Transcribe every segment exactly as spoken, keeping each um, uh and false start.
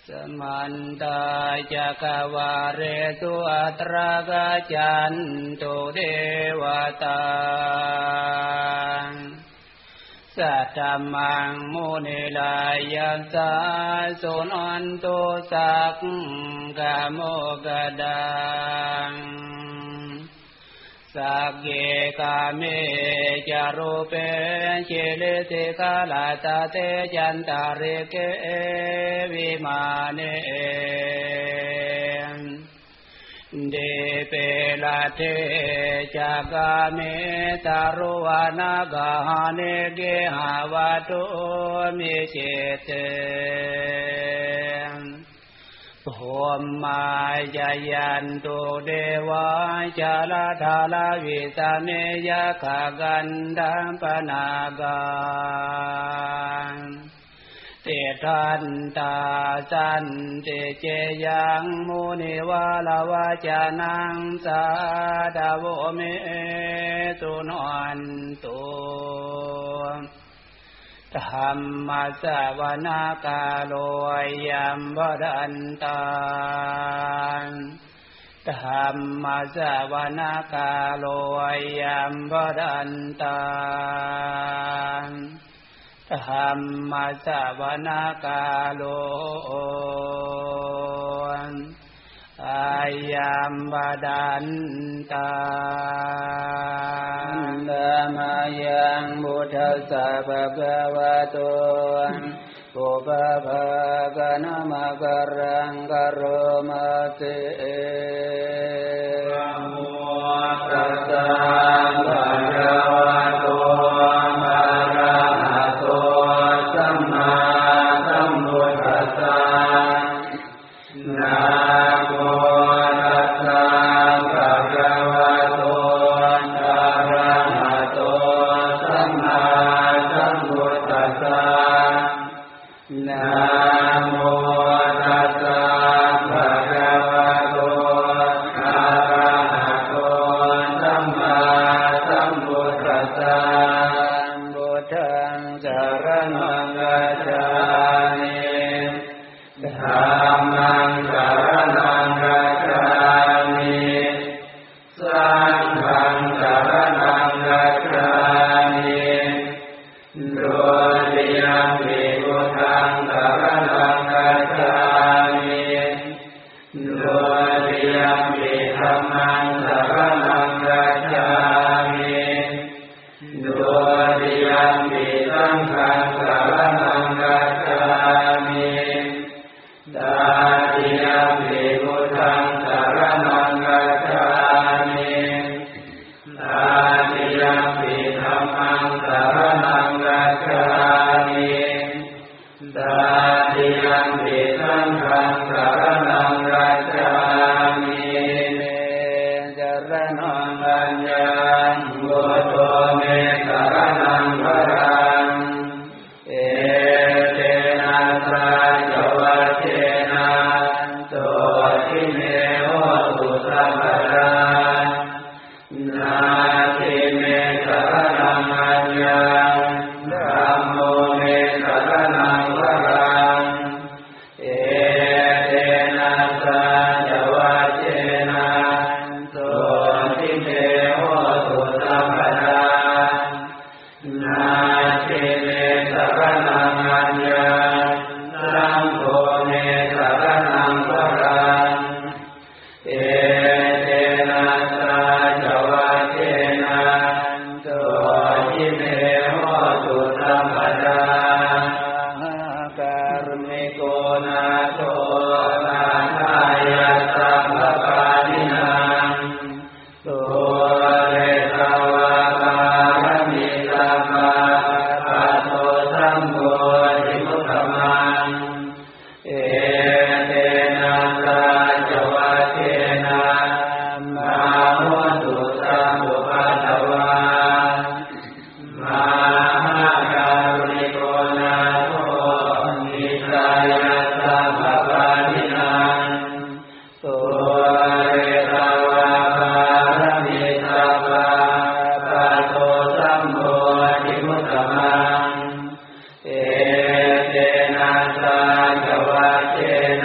สมันตาจักวาเรสุอัตระกะจันตุเทวตาสัตตมังมุนิลายัสสะสุนันตุสักกะโมกะดังสักเกกาเมจารุเปชิลิสิกาลาตาเตจันตาริเกวิมาเนเดเปลาเทจากาเมตารุวานากาเนเกหาวาตุมิเจเตโหมมาจายันตุเดวะจาลาธาลาวิสเมยะขะกันดัมปนาการเตทันตาสันติเจยังมุนิวาลาวาจานังสาดาโวเมตุนอนตุธรรมสวนา กาโลยัมบดันตาธรรมสวนา กาโลยัมบดันตาธรรมสวนา กาโลอายัมบดันตาธัมมายังพุทธัสสะภะคะวะโตปุพพะกะนะมะกะรังกะโรมะเตนะโมตัสสะภะคะวะโตอะระหะโตสัมมาสัมพุทธัสสะนะโมตัสสะภะคะวะโตอะระหะโตสัมมาสัมพุทธัสสะนะโมตัสสะภะคะวะโตอะระหะโตสัมมาสัมพุทธัสสะพุทธังสรณังคัจฉามิธัมมังสรณังคัจฉามิสังฆังสรณังคัจฉามิดุติยัมปิพุทธังสรณังคัจฉามิดุติยัมปิธัมมังสรณังคัจฉามิดุติยัมปิสังฆังสรณังคัจฉามิตาติยัมปิพุทธังสรณังคัจฉามิตาติยัมปิธัมมังสรณังคัจฉามิตาติยัมปิสังฆังสรณังคัจฉามิเจรณังอัญญังพุทโธเมสรณังวรังเอเตนะสาจวัชเชนะโสทิเมโหตุสัพพะทานาทิเมสรณังอัญญังธัมโมเมสรณังวรังเอเตนะสาจวัชเชนะโสทิเมโหตุสัพพะทานาทิเมสรณังอัญญังธัมโมเมสรณังวรังเอเตนะสาจวัชเชนะโสทิเมโหตุสัพพะทาการมิโกนาโตนาทายะสัพพะปานินังโสเรสวะปารมิสัพพะปัสโสสัมโพธิมุตตมังเอเตนะสาจวัชเชนะมาโหตุสัพพุปัตตวามหาการุณิโกนาโทนิสายะสัพพะปานินังโสเรสวะปารมิสัพพะปัสโสสัมโพธิมุตตมังเอเตนะสาจวัชเช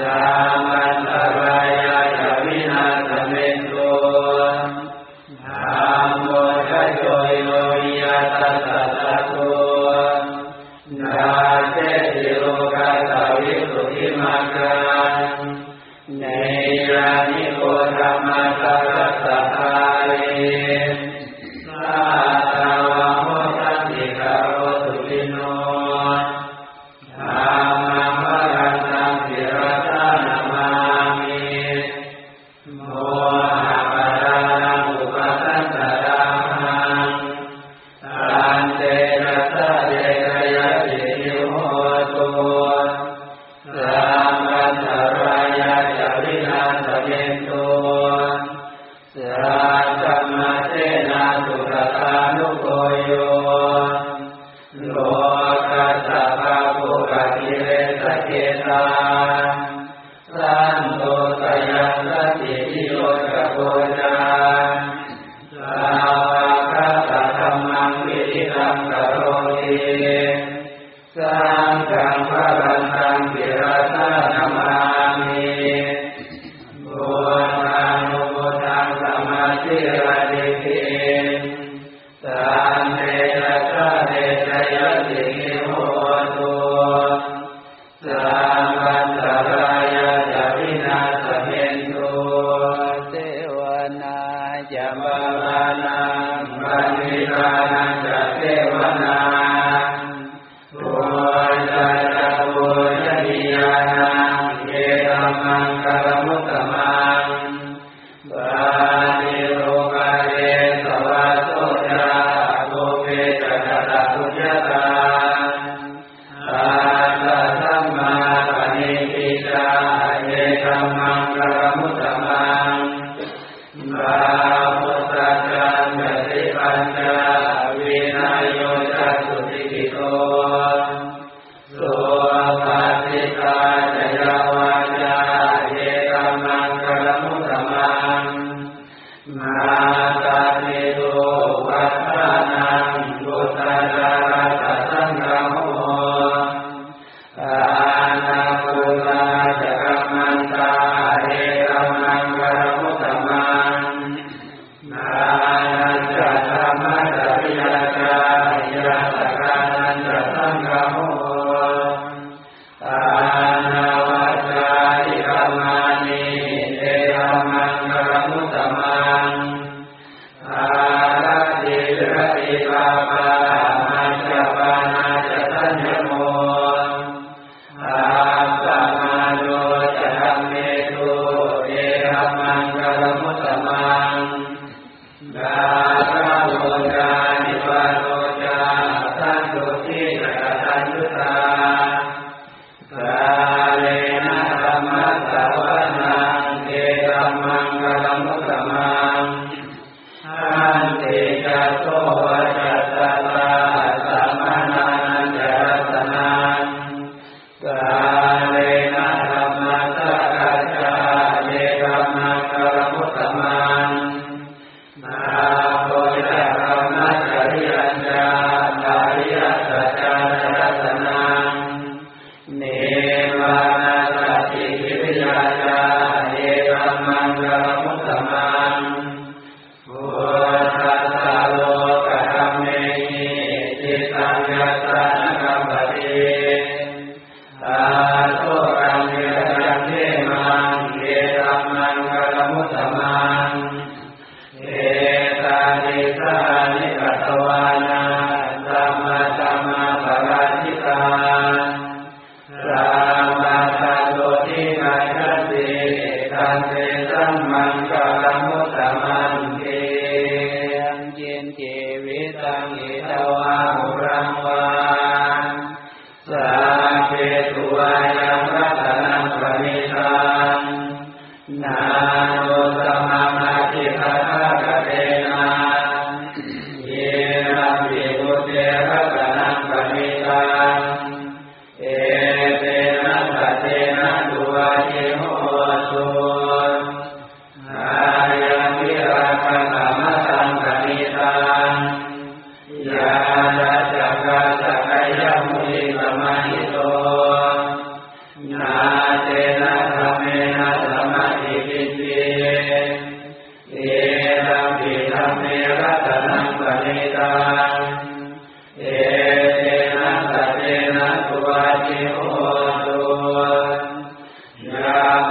ามันตรายาจะวินาศเมตุธัมโมทัจโยโยยะตัสสะตะโตนาเจติโลกัสสะวิสุทธิมังคังเนยานิโกธรรมะสัพพะสัพพะเรสัตตวะโมทัสสิกโรสุขิโนธัมมังวรันตังศิรสานามามิโมหะปะทานังอุปสันตตังตันเตนะสะเดกยะติทิโหตุสัมปันตรายะจะวินาศเมตุสัจจมัตเตนะสุขตานุโกโยโลกัสสะภะภูกขิเลสะเกตาสันโตสยัสสติทิโยชโกจาสาวกัสสะธัมมังวิริตังกโรติสังฆังภรันตังศิรสานามามิบุญญาณุบุตังสมาธิระดิภิสันเตนะสะเดชยติหิโหตุสัมปันตรายะจะวินาศเมตุเทวนาจะบาลานังบัณฑิตานังจะเทวนาปุญญาจะปุญญนิยานังเยธัมมังคารมุตตมังบาลิโลกาเยสวะโสจาโกเปจัตตะปุญญาตาอาตสัมมาปณิทิตาเยธัมมังคารมุตตมังบาพุทธัจจันติปัญจวินัยโยจัสสุติกิโตสุปัสสิตาจยาวาจาเยธัมมังคารมุตตมังมาตานิโตวัฏฐานังบุตตาจาระสังฆโมอานาปุตาจะกัมมันตาเยธัมมังคารมุตตมังนานันจะธรรมะจะวิยาจายะสกานันจะสังฆโมอานาวัจจาริกามานิเอธัมมังคารมุตตมังอาราติรติปาปามัจจปานาจะสัญญโมอาสัมมาโนจะธัมเมตุเอธัมมังคารมุตตมังกาลโลกานิปาโนจาสันตุทิจะตัญญุตากาเลนะธัมมัสสวนังเอธัมมังคารมุตตมังอันติจัตโตจัตตาสัมมานานันจรัตนังกาเลนะธัมมัสสะกัจจาเยธัมมังคารมุตตมังนาโพจะธัมมัสสะริยัญจาตาริยสัจจารัตนังเนวานาสติวิริยาจาเยธัมมังคารมุตตมังพุทธัสสะโลกธัมเมหิจิตตังยัสสะนะกัมปติอาโสกังเยจันเทมังเยธัมมังคารมุตตมังเอตานิสานิกัตตวานาสัมมาสัมมาปะราชิตาสัมมาสัมโพธิปัญญสิตันเตสัมมังคารมุตตมังเกยังเจนเจวิตังเอตวาหุรังวาสัพเพตุวายังรัตนังปณิตังนาโนสัมมานาทิฏฐะกะเตนะเยนะภิมุเตรัตนังปณิตังเอเตนะสะเตนะตุวาเยโหตุอายะ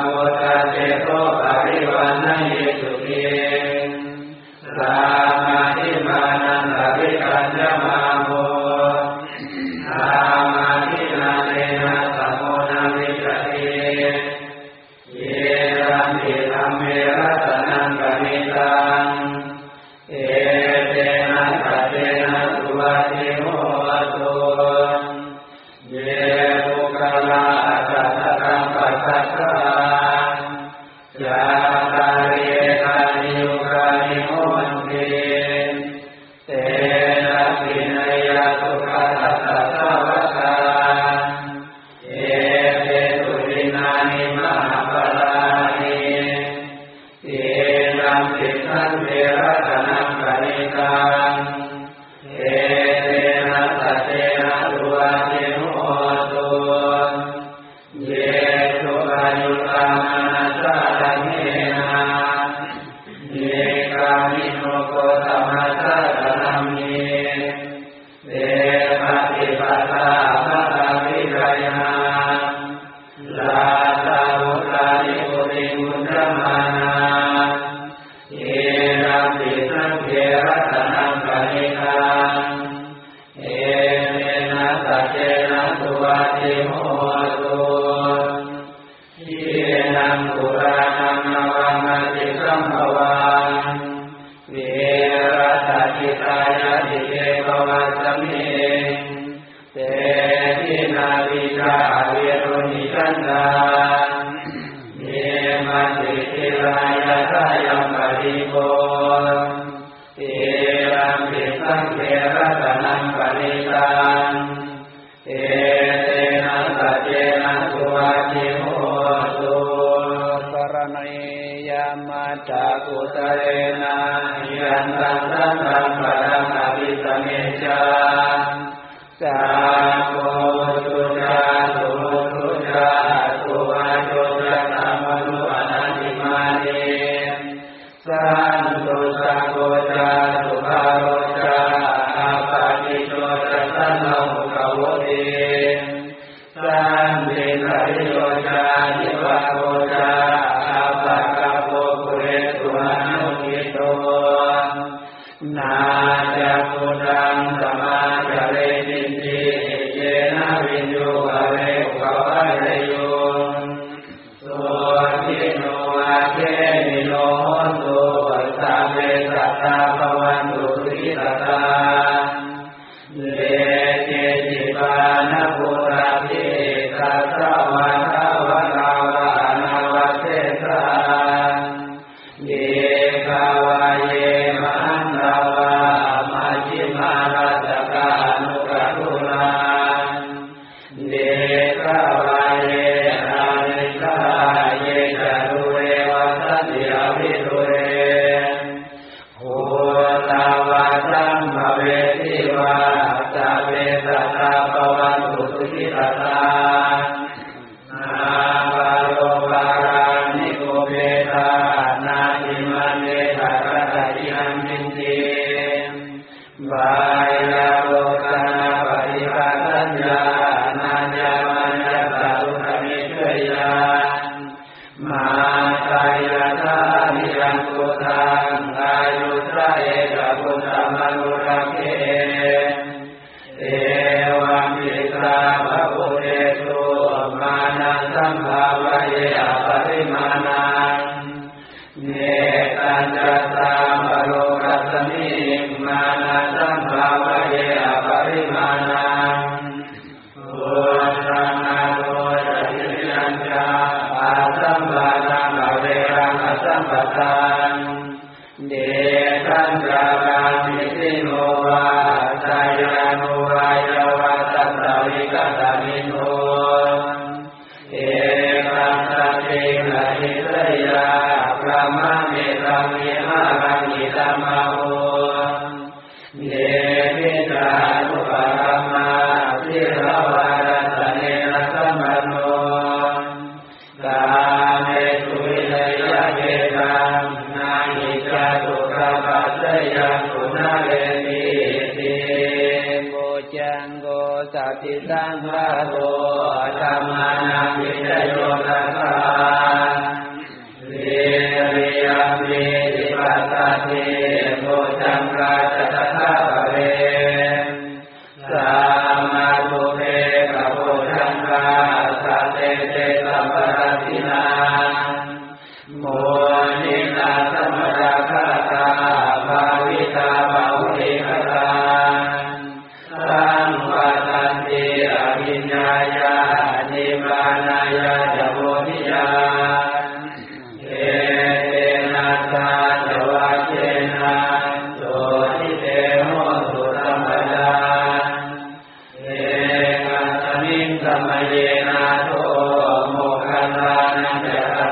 วุตเจโตปริวันนยิสุขีสามาธิมานันตวิกัญจมาโมอามาธินาเนนะสัมโมนาวิจติเยรัมปิธัมเมรัตนังกนิตังเอเตนะสัจเจนะสุวัติโหตุเยปุคลาสัตตังปัสสัทธาจาตาริกานิยุกานิโหติเตนะปินยะสุขตัสสะสวะตาเอเตตุลินานิมหาปลานิเอนัมปิสันเทระตนังกนิตังเอเตนะสัจเจนะสุวัติโหตุเยสุอายุตามนัสสะตังเมนะเยกามิโนโกตมัสสะตังเมเตปฏิปัสสะภะคะวิรัยนะลาตาวุตานิปุริมุตตมานาเอรัมปิสังเขรัตนังกนิตังเอเมนะสัจเจนะสุวัติโหตุเยนังปุรานังนวังอติสัมภวังเวรัตถิตายะติเกภวัสสมิเตทินาวิชาเวรุนิจันตาเยมัสสิทิรายะทายัมปริโภเอรัมปิสังเขรัตนังปณิตังเอเตนะสัจเจนะสุวัติโหตุสรณัยยามัจจกุตเรนะยันตังสังฆังปะรังอภิสเมจาสาโกตุจาตุตุจาตุอาโจจะตามนุอนันติมาเนสันตุสังโฆจาตุภาโรจาอาปาติโชจะสันโนกโวเตสันเดชะริโยจานิวะโกจาอาปะกะโภปุเรตุอนุกิโตนาจะพุตังสมาจเรติติเยนะวิญโยภเวอุปวะเรโยสุทิโนอาเทมิโนโหตุสาเวสัตตาภวันตุสุขิตตาเลเจจิปานภูราภิตัสสะวะทาวะนาวะนาวะเสสะเยกาวะเยมันตาวะมัชฌิมารัสสะกานุกตุลาเดกาวะเยอานิสาเยจารุเรวะสัตติอภิรุเรโหตาวะสัมภเวทิวะสัพเพสัตตาภวันตุสุขิตตานาภาโลภารานิโกเปตานาทิมันเนตะกะตะอิหังจินติวายาโลกานาปฏิภาคัญญานาญามัญญาตาลุขมิเชยามาตายาทานิยังกุตังอายุสะเอกพุทธมนุรักเขเอวัมปิสาภะปุเรตุมานัสสัมภาวะเยอปริมาณังเนตัญจสามปโลกัสสมิมานัสสัมภาวะเยอปริมาณังโอสังนาโตจะทิยัญจาอาสัมปะทังอเวรังอสัมปะทังเดชัญจารามิสิโนวาสายานุวายาวะตัสสะวิกัตมิโนเอกัสสะเตนะหิตยาพระมะเมตังมิหารังอิตมะโหเดวิจานุปะกัมมาสิรวารัสเนนะสัมปันโนกาเมสุวิเลยะเกตังนาหิจาตุระปัสสยะสุนาเวติติโกจังโกสัพพิสังฆาโตธัมมานังวิจโยตัสสะ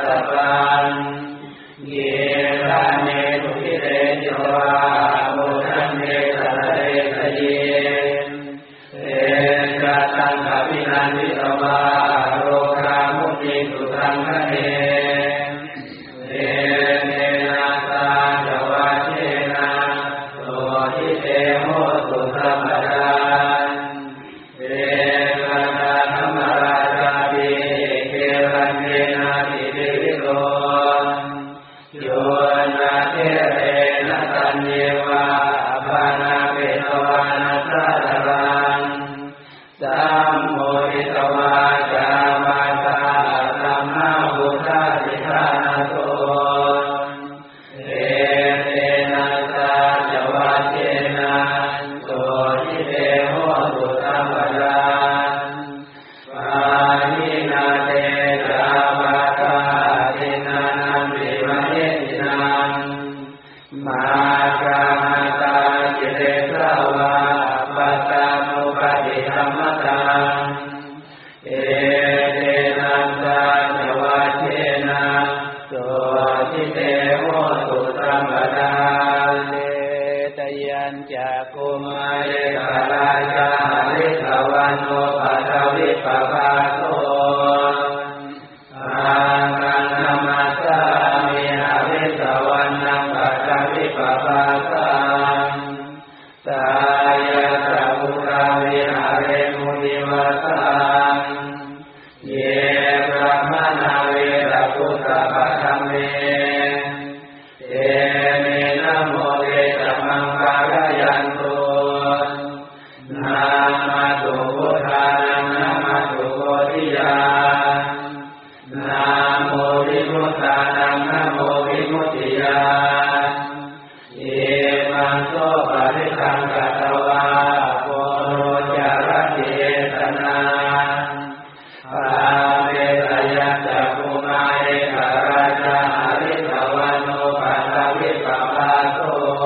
สปันเยระเนตุกิเรจิวะโมทันเนสะเรสเยเอกัตังขวินันวิตวะโรคามุติสุตังคะเนเอเนนะสาจวัชเชนะโสทิเตโหตุสัมปทานเอกัตธรรมราชาภิเกรัญเยนะติวิริโตโยนะเทเรนะตัญเยวะปานาเปตวานัสสะรังสัมโมหิตวาจามาตาสัมมาบุตตาสิทานาโตเอเตนะสาจวัชเชนะโสทิเตโหตุสัมปทานปานินาเตสามาตาตินานัมปิมะเยตินังมาคามาตาจิเตสวะปัตตานุปฏิธัมมตังเอเตนะสาจวัชเชนะโสทิเตโหตุสัมปทานเลตยัญจะกุมาเรกราชาลิขวันโนปัทวิปปาโสอาคังนามัสสามิหาวิสวันนังปัทวิปปาสังสายะสัพพุราวิหาเรมุนิวัสสังเยบรมนาเวรพุทธปัฏเมเตเมนะโมเวตมังการยันโตนามาตุพุทธานังนามาตุโกติยานาโมวิมุตตานังนาโมวิมุตติยาเอมังโสปะริสังกัตวะโพโรจารติเอตนาปาเวตยัสสะภูมาเอกราชาหริสวันโนปัทวิปปาโส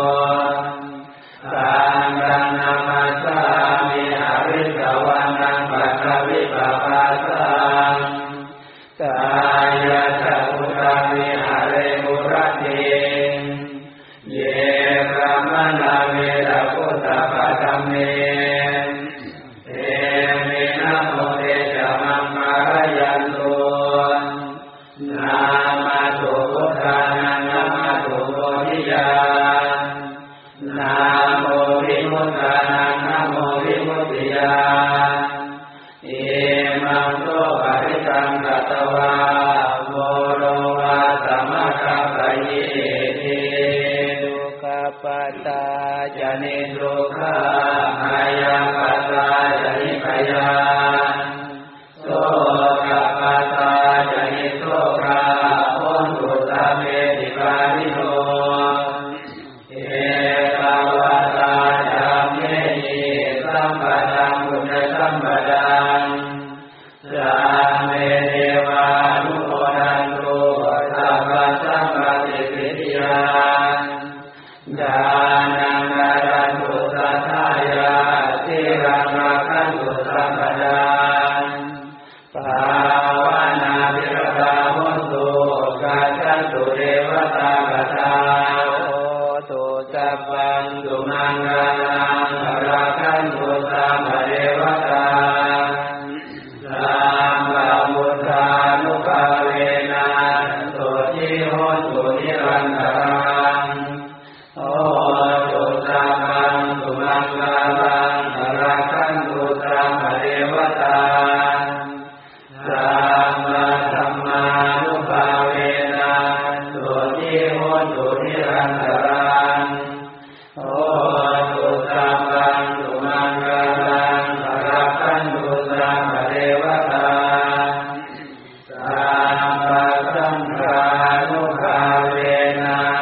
สังฆนามัสสามิหาวิสวันนังปัทวิปปาสังสายะสัพพุราวิหาเรมุรติเยบรมนาเวรพุทธปัฏเมเตเมนะโมเตจมังการยันโตนามาตุพุทธานังนามาตุโกติยานาโมวิมุตตานังนาโมวิมุตติยาเอมังโสปะริสังกัตวะโมโรวาสัมมาคัปปะเยติทุกขปัตตาจานิทุกขามายังปัตตาจานิพยาโสกปัตตาจานิโสกาโอนตุสาเมติปาริโนเอตาวะตาจามเมหิสัมปทังพุทธสัมปทังสาเมเทวานุโมทันตุสัพพะสัมปติสิทธิยาญาณังนารันตุสัทธายาสิรังราคันตุสัมปทังภาวนาภิรตาโหตุกาจันตุเทวตากตาโหตุสัพพังตุมังคลังราคันตุสัมปเทวตาสัมมาบุตตานุภาเวนะโสทิโหตุนิรันตรังโหตุสัพพังตุมังคลังราคันตุสัมปเทวตาสัมมาสัมมานุภาเวนะโสทิโหตุนิรันตรังโหตุสัพพังตุมังคลังราคันตุสัมปเทวตาสัมมาสัมมานุภาเวนะ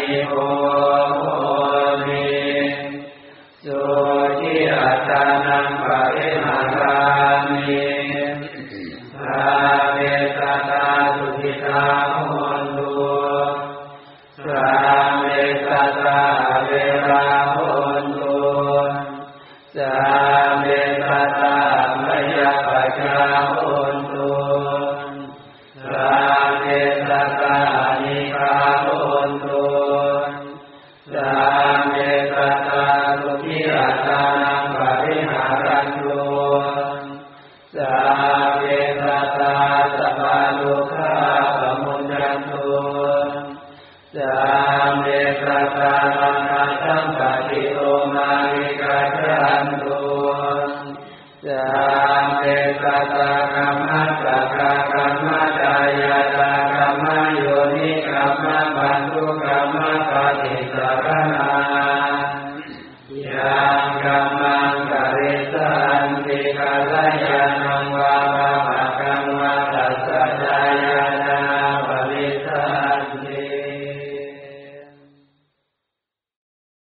นิโภโหติสุขิอัตตานังปริหารามิสาเวสตาสุขิตาโหตุสาเวสตาเวราโหตุสาเวสตามยปัจจาโหตุสาเวสตานิพาโหตุสาเวสตาสุขิอัตตานังปริหารันตุสาเวสตาสัพพะโลกาปมุญญันตุสาเวสตาลังคัสัมปติโตมาวิกัจจันตุสาเวสตา